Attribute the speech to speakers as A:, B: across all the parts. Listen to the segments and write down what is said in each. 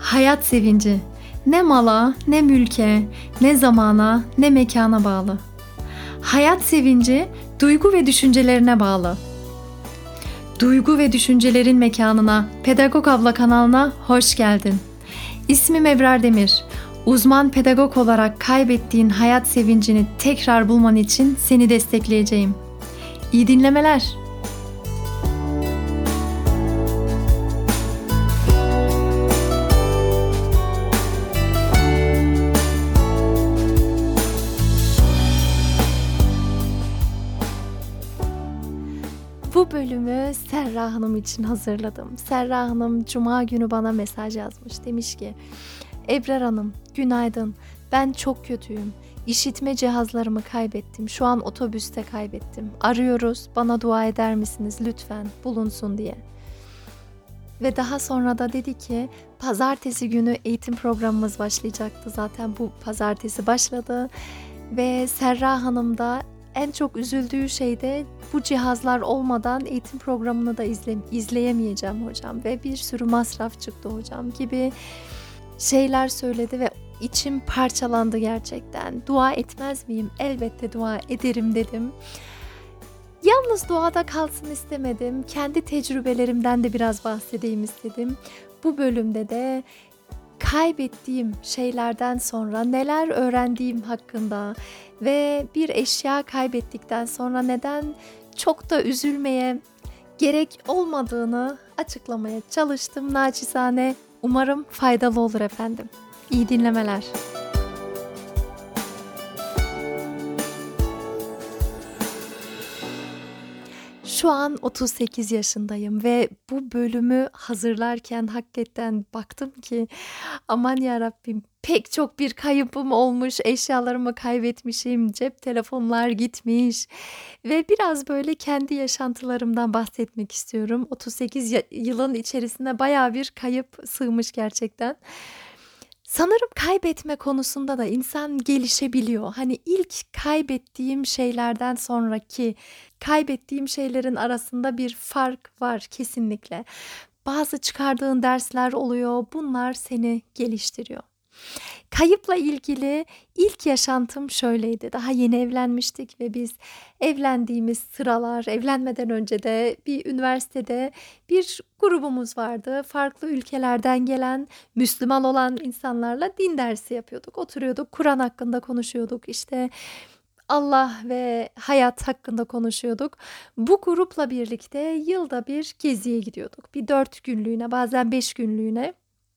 A: Hayat sevinci ne mala, ne mülke, ne zamana, ne mekana bağlı. Hayat sevinci duygu ve düşüncelerine bağlı. Duygu ve düşüncelerin mekanına, Pedagog Abla kanalına hoş geldin. İsmim Ebrar Demir. Uzman pedagog olarak kaybettiğin hayat sevincini tekrar bulman için seni destekleyeceğim. İyi dinlemeler. Bu bölümü Serra Hanım için hazırladım. Serra Hanım Cuma günü bana mesaj yazmış. Demiş ki, Ebrar Hanım günaydın, ben çok kötüyüm. İşitme cihazlarımı kaybettim. Şu an otobüste kaybettim. Arıyoruz, bana dua eder misiniz lütfen bulunsun diye. Ve daha sonra da dedi ki, pazartesi günü eğitim programımız başlayacaktı. Zaten bu pazartesi başladı. Ve Serra Hanım da en çok üzüldüğü şey de bu cihazlar olmadan eğitim programını da izleyemeyeceğim hocam ve bir sürü masraf çıktı hocam gibi şeyler söyledi ve içim parçalandı gerçekten. Dua etmez miyim? Elbette dua ederim dedim. Yalnız duada kalsın istemedim. Kendi tecrübelerimden de biraz bahsedeyim istedim. Bu bölümde de kaybettiğim şeylerden sonra neler öğrendiğim hakkında ve bir eşya kaybettikten sonra neden çok da üzülmeye gerek olmadığını açıklamaya çalıştım naçizane. Umarım faydalı olur efendim. İyi dinlemeler. Şu an 38 yaşındayım ve bu bölümü hazırlarken hakikaten baktım ki aman yarabbim pek çok bir kaybım olmuş, eşyalarımı kaybetmişim, cep telefonlar gitmiş ve biraz böyle kendi yaşantılarımdan bahsetmek istiyorum. 38 yılın içerisinde bayağı bir kayıp sığmış gerçekten. Sanırım kaybetme konusunda da insan gelişebiliyor. Hani ilk kaybettiğim şeylerden sonraki kaybettiğim şeylerin arasında bir fark var kesinlikle. Bazı çıkardığın dersler oluyor. Bunlar seni geliştiriyor. Kayıpla ilgili ilk yaşantım şöyleydi. Daha yeni evlenmiştik ve biz evlendiğimiz sıralar, evlenmeden önce de bir üniversitede bir grubumuz vardı. Farklı ülkelerden gelen, Müslüman olan insanlarla din dersi yapıyorduk. Oturuyorduk, Kur'an hakkında konuşuyorduk. İşte Allah ve hayat hakkında konuşuyorduk. Bu grupla birlikte yılda bir geziye gidiyorduk. Bir 4 günlüğüne, bazen 5 günlüğüne.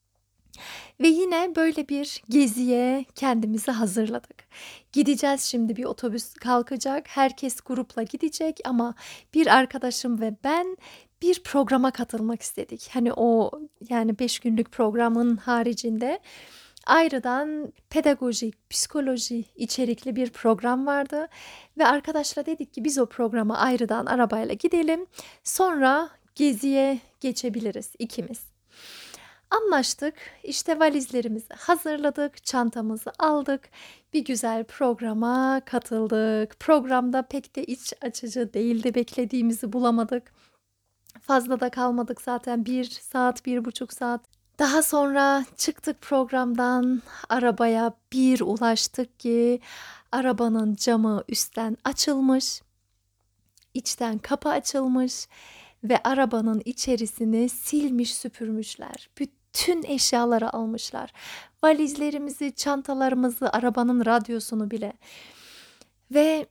A: Ve yine böyle bir geziye kendimizi hazırladık. Gideceğiz, şimdi bir otobüs kalkacak. Herkes grupla gidecek ama bir arkadaşım ve ben bir programa katılmak istedik. Hani o yani 5 günlük programın haricinde ayrıdan pedagojik, psikoloji içerikli bir program vardı. Ve arkadaşla dedik ki biz o programa ayrıdan arabayla gidelim. Sonra geziye geçebiliriz ikimiz. Anlaştık, işte valizlerimizi hazırladık, çantamızı aldık, bir güzel programa katıldık. Programda pek de iç açıcı değildi, beklediğimizi bulamadık. Fazla da kalmadık zaten 1 saat, 1,5 saat. Daha sonra çıktık programdan, arabaya bir ulaştık ki arabanın camı üstten açılmış, içten kapı açılmış ve arabanın içerisini silmiş süpürmüşler. Bütün eşyaları almışlar. Valizlerimizi, çantalarımızı, arabanın radyosunu bile. Ve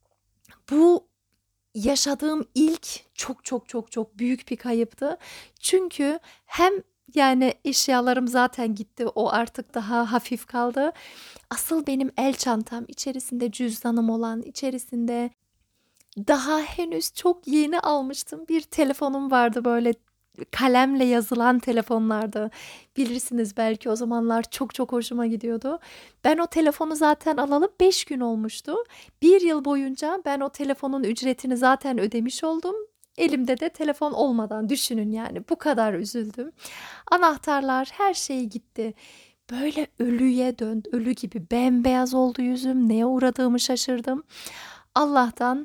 A: bu yaşadığım ilk çok büyük bir kayıptı. Çünkü hem yani eşyalarım zaten gitti, o artık daha hafif kaldı. Asıl benim el çantam, içerisinde cüzdanım olan, içerisinde daha henüz çok yeni almıştım bir telefonum vardı, böyle kalemle yazılan telefonlardı. Bilirsiniz belki, o zamanlar çok hoşuma gidiyordu. Ben o telefonu zaten alalı 5 gün olmuştu. 1 yıl boyunca ben o telefonun ücretini zaten ödemiş oldum. Elimde de telefon olmadan, düşünün yani, bu kadar üzüldüm. Anahtarlar, her şey gitti. Böyle ölüye döndü, ölü gibi bembeyaz oldu yüzüm. Neye uğradığımı şaşırdım. Allah'tan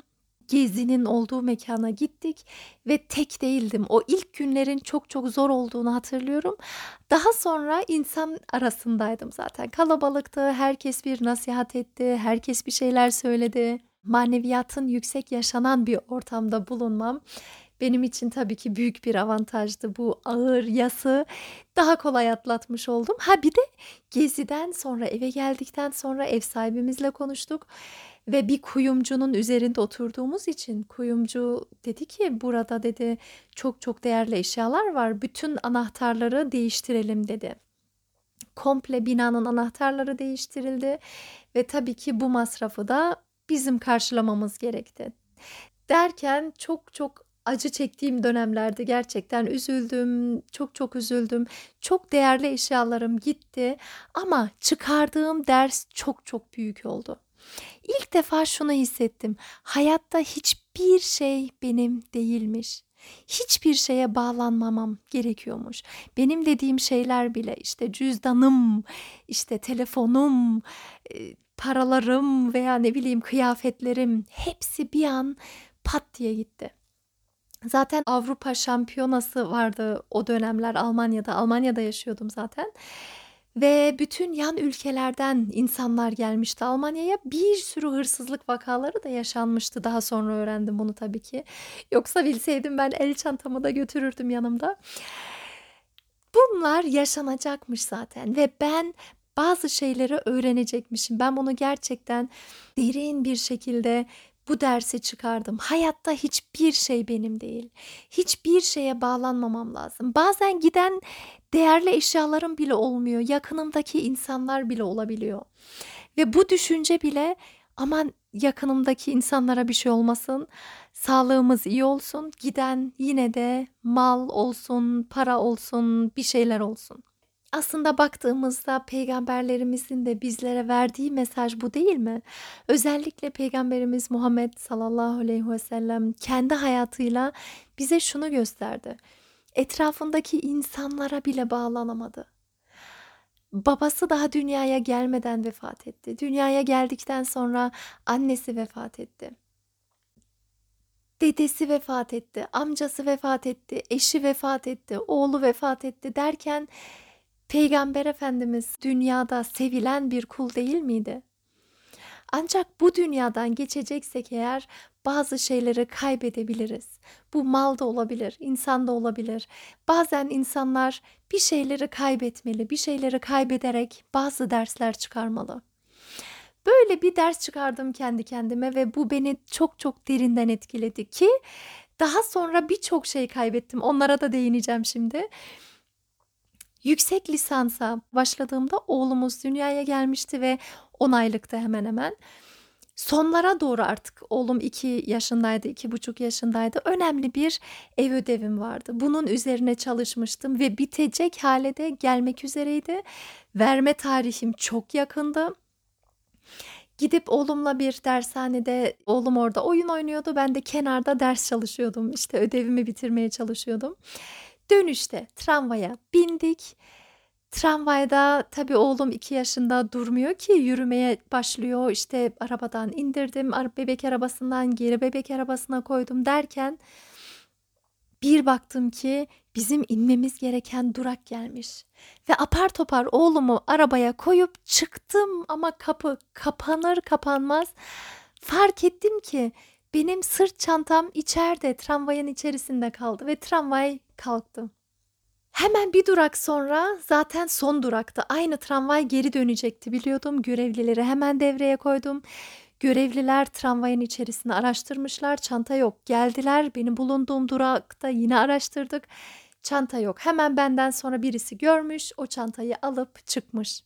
A: gezinin olduğu mekâna gittik ve tek değildim. O ilk günlerin çok çok zor olduğunu hatırlıyorum. Daha sonra insan arasındaydım zaten. Kalabalıktı, herkes bir nasihat etti, herkes bir şeyler söyledi. Maneviyatın yüksek yaşanan bir ortamda bulunmam benim için tabii ki büyük bir avantajdı. Bu ağır yası daha kolay atlatmış oldum. Ha, bir de geziden sonra, eve geldikten sonra ev sahibimizle konuştuk ve bir kuyumcunun üzerinde oturduğumuz için kuyumcu dedi ki, "Burada," dedi, "çok çok değerli eşyalar var. Bütün anahtarları değiştirelim," dedi. Komple binanın anahtarları değiştirildi ve tabii ki bu masrafı da bizim karşılamamız gerekti. Derken çok çok acı çektiğim dönemlerdi. Gerçekten üzüldüm, çok çok üzüldüm. Çok değerli eşyalarım gitti ama çıkardığım ders çok çok büyük oldu. İlk defa şunu hissettim. Hayatta hiçbir şey benim değilmiş. Hiçbir şeye bağlanmamam gerekiyormuş. Benim dediğim şeyler bile, işte cüzdanım, işte telefonum, paralarım veya ne bileyim kıyafetlerim, hepsi bir an pat diye gitti. Zaten Avrupa Şampiyonası vardı o dönemler Almanya'da. Almanya'da yaşıyordum zaten. Ve bütün yan ülkelerden insanlar gelmişti Almanya'ya. Bir sürü hırsızlık vakaları da yaşanmıştı. Daha sonra öğrendim bunu tabii ki. Yoksa bilseydim ben el çantamı da götürürdüm yanımda. Bunlar yaşanacakmış zaten ve ben bazı şeyleri öğrenecekmişim. Ben bunu gerçekten derin bir şekilde bu dersi çıkardım. Hayatta hiçbir şey benim değil. Hiçbir şeye bağlanmamam lazım. Bazen giden değerli eşyalarım bile olmuyor. Yakınımdaki insanlar bile olabiliyor. Ve bu düşünce bile, aman yakınımdaki insanlara bir şey olmasın, sağlığımız iyi olsun, giden yine de mal olsun, para olsun, bir şeyler olsun. Aslında baktığımızda peygamberlerimizin de bizlere verdiği mesaj bu değil mi? Özellikle Peygamberimiz Muhammed sallallahu aleyhi ve sellem kendi hayatıyla bize şunu gösterdi. Etrafındaki insanlara bile bağlanamadı. Babası daha dünyaya gelmeden vefat etti. Dünyaya geldikten sonra annesi vefat etti. Dedesi vefat etti, amcası vefat etti, eşi vefat etti, oğlu vefat etti derken Peygamber Efendimiz dünyada sevilen bir kul değil miydi? Ancak bu dünyadan geçeceksek eğer bazı şeyleri kaybedebiliriz. Bu mal da olabilir, insan da olabilir. Bazen insanlar bir şeyleri kaybetmeli, bir şeyleri kaybederek bazı dersler çıkarmalı. Böyle bir ders çıkardım kendi kendime ve bu beni çok çok derinden etkiledi ki daha sonra birçok şey kaybettim. Onlara da değineceğim şimdi. Yüksek lisansa başladığımda oğlumuz dünyaya gelmişti ve 10 aylıktı hemen hemen. Sonlara doğru artık oğlum 2 yaşındaydı, 2,5 yaşındaydı. Önemli bir ev ödevim vardı. Bunun üzerine çalışmıştım ve bitecek hale de gelmek üzereydi. Verme tarihim çok yakındı. Gidip oğlumla bir dershanede, oğlum orada oyun oynuyordu. Ben de kenarda ders çalışıyordum. İşte ödevimi bitirmeye çalışıyordum. Dönüşte tramvaya bindik. Tramvayda tabii oğlum 2 yaşında durmuyor ki yürümeye başlıyor. İşte arabadan indirdim, bebek arabasından geri bebek arabasına koydum derken bir baktım ki bizim inmemiz gereken durak gelmiş. Ve apar topar oğlumu arabaya koyup çıktım ama kapı kapanır kapanmaz fark ettim ki benim sırt çantam içeride, tramvayın içerisinde kaldı ve tramvay kalktı. Hemen bir durak sonra zaten son duraktı. Aynı tramvay geri dönecekti biliyordum. Görevlileri hemen devreye koydum. Görevliler tramvayın içerisini araştırmışlar. Çanta yok. Geldiler. Benim bulunduğum durakta yine araştırdık. Çanta yok. Hemen benden sonra birisi görmüş. O çantayı alıp çıkmış.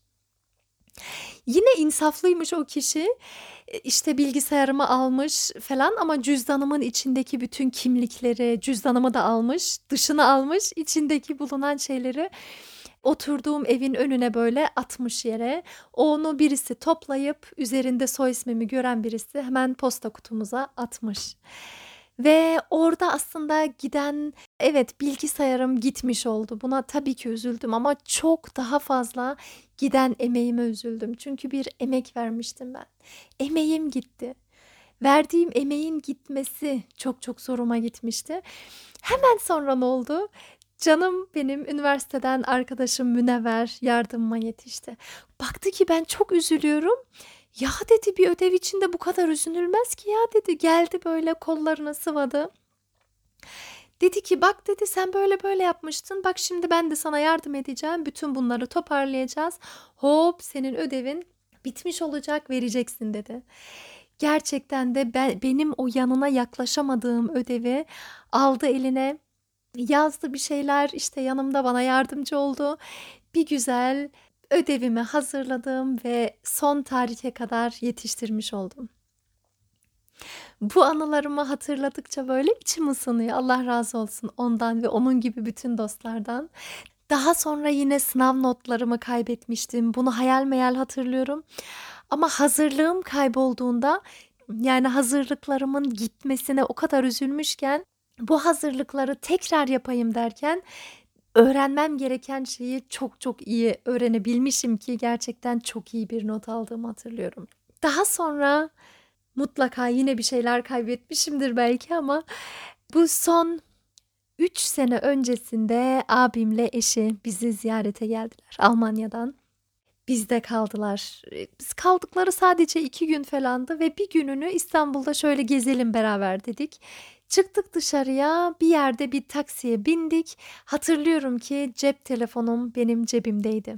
A: Yine insaflıymış o kişi. İşte bilgisayarımı almış falan ama cüzdanımın içindeki bütün kimlikleri, cüzdanımı da almış, dışını almış, içindeki bulunan şeyleri oturduğum evin önüne böyle atmış yere. Onu birisi toplayıp üzerinde soy ismimi gören birisi hemen posta kutumuza atmış. Ve orada aslında giden, evet bilgisayarım gitmiş oldu. Buna tabii ki üzüldüm ama çok daha fazla giden emeğime üzüldüm. Çünkü bir emek vermiştim ben. Emeğim gitti. Verdiğim emeğin gitmesi çok çok zoruma gitmişti. Hemen sonra ne oldu? Canım benim üniversiteden arkadaşım Münevver yardımıma yetişti. Baktı ki ben çok üzülüyorum. Ya dedi bir ödev için de bu kadar üzülülmez ki ya dedi. Geldi böyle kollarını sıvadı. Dedi ki bak dedi sen böyle böyle yapmıştın. Bak şimdi ben de sana yardım edeceğim. Bütün bunları toparlayacağız. Hop senin ödevin bitmiş olacak vereceksin dedi. Gerçekten de benim o yanına yaklaşamadığım ödevi aldı eline, yazdı bir şeyler işte yanımda bana yardımcı oldu. Bir güzel ödevimi hazırladım ve son tarihe kadar yetiştirmiş oldum. Bu anılarımı hatırladıkça böyle içim ısınıyor. Allah razı olsun ondan ve onun gibi bütün dostlardan. Daha sonra yine sınav notlarımı kaybetmiştim. Bunu hayal meyal hatırlıyorum. Ama hazırlığım kaybolduğunda yani hazırlıklarımın gitmesine o kadar üzülmüşken bu hazırlıkları tekrar yapayım derken öğrenmem gereken şeyi çok çok iyi öğrenebilmişim ki gerçekten çok iyi bir not aldığımı hatırlıyorum. Daha sonra mutlaka yine bir şeyler kaybetmişimdir belki ama bu son 3 sene öncesinde abimle eşi bizi ziyarete geldiler Almanya'dan. Bizde kaldılar. Biz kaldıkları sadece 2 gün falandı ve bir gününü İstanbul'da şöyle gezelim beraber dedik. Çıktık dışarıya bir yerde bir taksiye bindik. Hatırlıyorum ki cep telefonum benim cebimdeydi.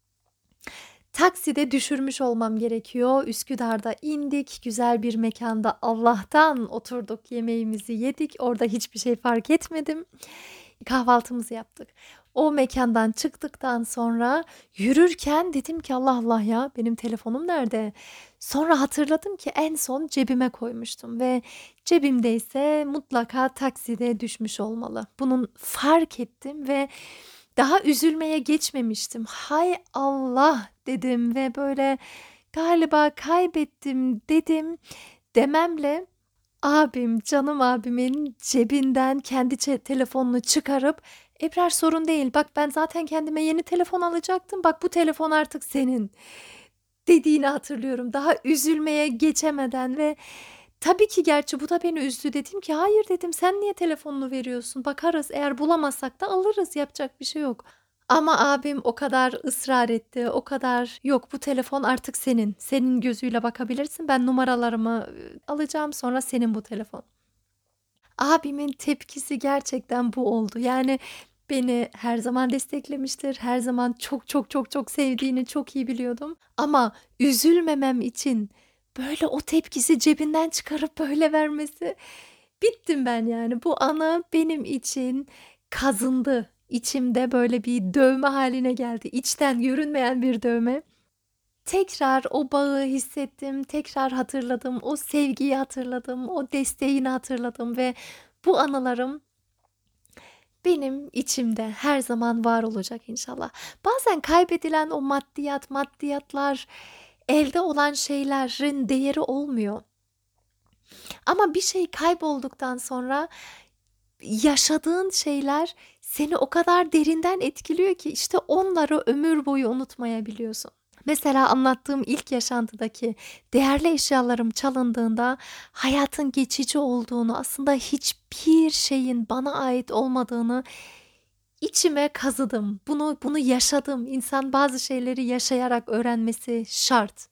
A: Takside düşürmüş olmam gerekiyor. Üsküdar'da indik. Güzel bir mekanda Allah'tan oturduk, yemeğimizi yedik. Orada hiçbir şey fark etmedim. Kahvaltımızı yaptık. O mekandan çıktıktan sonra yürürken dedim ki Allah Allah ya benim telefonum nerede? Sonra hatırladım ki en son cebime koymuştum ve cebimdeyse mutlaka takside düşmüş olmalı. Bunun fark ettim ve daha üzülmeye geçmemiştim. Hay Allah dedim ve böyle galiba kaybettim dedim dememle abim, canım abimin cebinden kendi telefonunu çıkarıp Ebrar sorun değil. Bak ben zaten kendime yeni telefon alacaktım. Bak bu telefon artık senin dediğini hatırlıyorum. Daha üzülmeye geçemeden ve tabii ki gerçi bu da beni üzdü. Dedim ki hayır dedim sen niye telefonunu veriyorsun? Bakarız eğer bulamazsak da alırız yapacak bir şey yok. Ama abim o kadar ısrar etti, o kadar yok bu telefon artık senin. Senin gözüyle bakabilirsin. Ben numaralarımı alacağım sonra senin bu telefon. Abimin tepkisi gerçekten bu oldu. Yani beni her zaman desteklemiştir. Her zaman çok çok çok çok sevdiğini çok iyi biliyordum. Ama üzülmemem için böyle o tepkisi cebinden çıkarıp böyle vermesi bittim ben yani. Bu ana benim için kazındı. İçimde böyle bir dövme haline geldi. İçten görünmeyen bir dövme. Tekrar o bağı hissettim, tekrar hatırladım, o sevgiyi hatırladım, o desteğini hatırladım ve bu anılarım benim içimde her zaman var olacak inşallah. Bazen kaybedilen o maddiyatlar, elde olan şeylerin değeri olmuyor. Ama bir şey kaybolduktan sonra yaşadığın şeyler seni o kadar derinden etkiliyor ki işte onları ömür boyu unutmayabiliyorsun. Mesela anlattığım ilk yaşantıdaki değerli eşyalarım çalındığında hayatın geçici olduğunu, aslında hiçbir şeyin bana ait olmadığını içime kazıdım. Bunu yaşadım. İnsan bazı şeyleri yaşayarak öğrenmesi şart.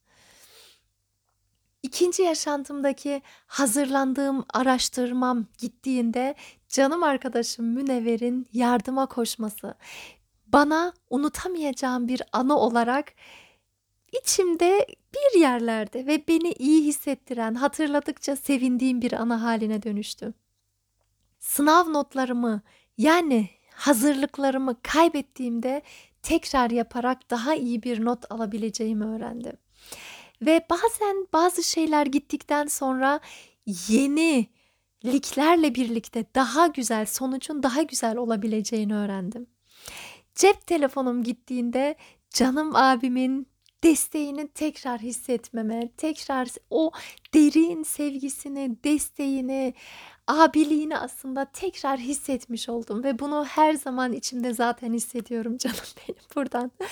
A: İkinci yaşantımdaki hazırlandığım araştırmam gittiğinde canım arkadaşım Münevver'in yardıma koşması bana unutamayacağım bir anı olarak İçimde bir yerlerde ve beni iyi hissettiren, hatırladıkça sevindiğim bir ana haline dönüştü. Sınav notlarımı yani hazırlıklarımı kaybettiğimde tekrar yaparak daha iyi bir not alabileceğimi öğrendim. Ve bazen bazı şeyler gittikten sonra yeniliklerle birlikte daha güzel, sonucun daha güzel olabileceğini öğrendim. Cep telefonum gittiğinde canım abimin desteğini tekrar hissetmeme, tekrar o derin sevgisini, desteğini, abiliğini aslında tekrar hissetmiş oldum ve bunu her zaman içimde zaten hissediyorum canım benim buradan.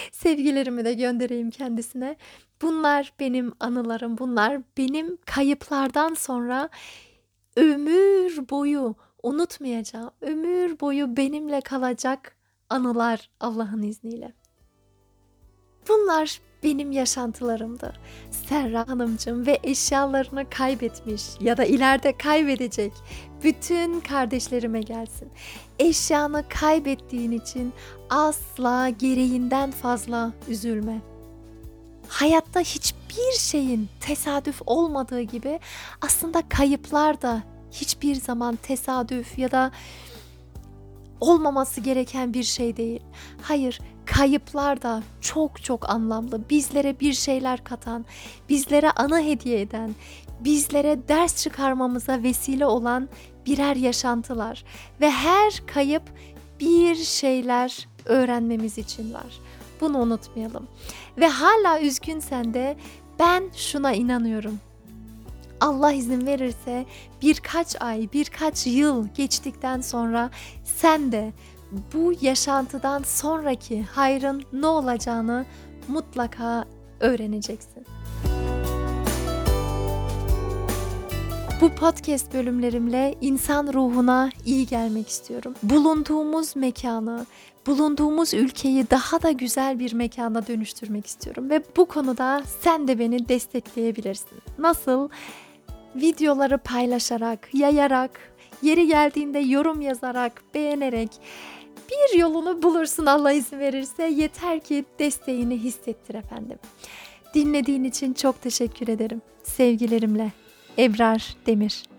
A: Sevgilerimi de göndereyim kendisine. Bunlar benim anılarım, bunlar benim kayıplardan sonra ömür boyu unutmayacağım, ömür boyu benimle kalacak anılar Allah'ın izniyle. Bunlar benim yaşantılarımdı. Serra Hanımcığım ve eşyalarını kaybetmiş ya da ileride kaybedecek bütün kardeşlerime gelsin. Eşyanı kaybettiğin için asla gereğinden fazla üzülme. Hayatta hiçbir şeyin tesadüf olmadığı gibi aslında kayıplar da hiçbir zaman tesadüf ya da olmaması gereken bir şey değil. Hayır, kayıplar da çok çok anlamlı. Bizlere bir şeyler katan, bizlere anı hediye eden, bizlere ders çıkarmamıza vesile olan birer yaşantılar. Ve her kayıp bir şeyler öğrenmemiz için var. Bunu unutmayalım. Ve hala üzgünsen de ben şuna inanıyorum. Allah izin verirse birkaç ay, birkaç yıl geçtikten sonra sen de bu yaşantıdan sonraki hayrın ne olacağını mutlaka öğreneceksin. Bu podcast bölümlerimle insan ruhuna iyi gelmek istiyorum. Bulunduğumuz mekanı, bulunduğumuz ülkeyi daha da güzel bir mekana dönüştürmek istiyorum. Ve bu konuda sen de beni destekleyebilirsin. Nasıl? Videoları paylaşarak, yayarak, yeri geldiğinde yorum yazarak, beğenerek bir yolunu bulursun Allah izin verirse. Yeter ki desteğini hissettir efendim. Dinlediğin için çok teşekkür ederim. Sevgilerimle Ebrar Demir.